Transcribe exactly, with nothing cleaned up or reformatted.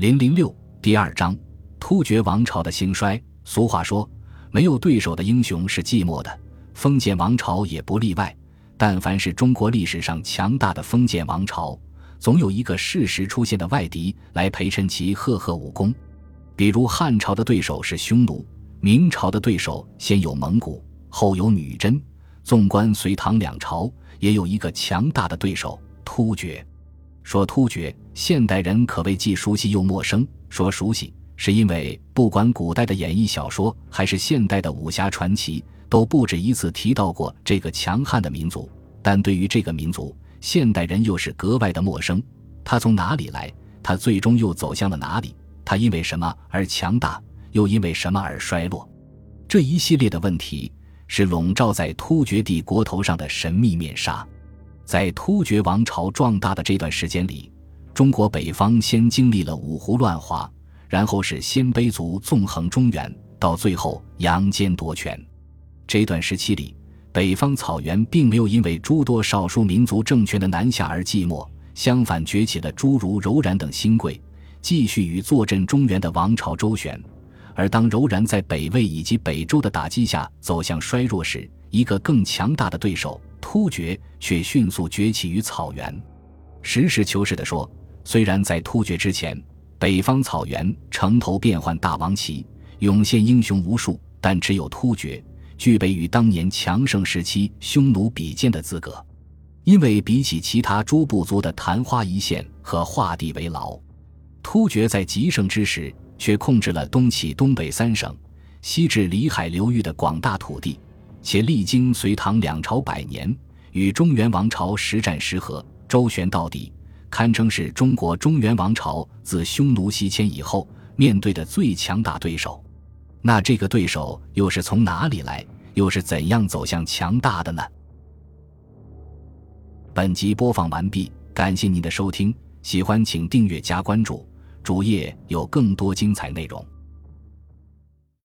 零零六第二章，突厥王朝的兴衰。俗话说，没有对手的英雄是寂寞的，封建王朝也不例外。但凡是中国历史上强大的封建王朝，总有一个适时出现的外敌来陪衬其赫赫武功。比如汉朝的对手是匈奴，明朝的对手先有蒙古，后有女真。纵观隋唐两朝，也有一个强大的对手突厥。说突厥，现代人可谓既熟悉又陌生。说熟悉，是因为不管古代的演义小说还是现代的武侠传奇，都不止一次提到过这个强悍的民族。但对于这个民族，现代人又是格外的陌生。他从哪里来？他最终又走向了哪里？他因为什么而强大，又因为什么而衰落？这一系列的问题是笼罩在突厥帝国头上的神秘面纱。在突厥王朝壮大的这段时间里，中国北方先经历了五胡乱华，然后是鲜卑族纵横中原，到最后杨坚夺权。这段时期里，北方草原并没有因为诸多少数民族政权的南下而寂寞，相反崛起了诸如柔然等新贵，继续与坐镇中原的王朝周旋。而当柔然在北魏以及北周的打击下走向衰弱时，一个更强大的对手突厥却迅速崛起于草原。实事求是地说，虽然在突厥之前，北方草原城头变幻大王旗，涌现英雄无数，但只有突厥具备与当年强盛时期匈奴比肩的资格。因为比起其他诸部族的昙花一现和画地为牢，突厥在极盛之时却控制了东起东北三省，西至里海流域的广大土地，且历经隋唐两朝百年，与中原王朝实战时和，周旋到底，堪称是中国中原王朝自匈奴西迁以后面对的最强大对手。那这个对手又是从哪里来，又是怎样走向强大的呢？本集播放完毕，感谢您的收听，喜欢请订阅加关注，主页有更多精彩内容。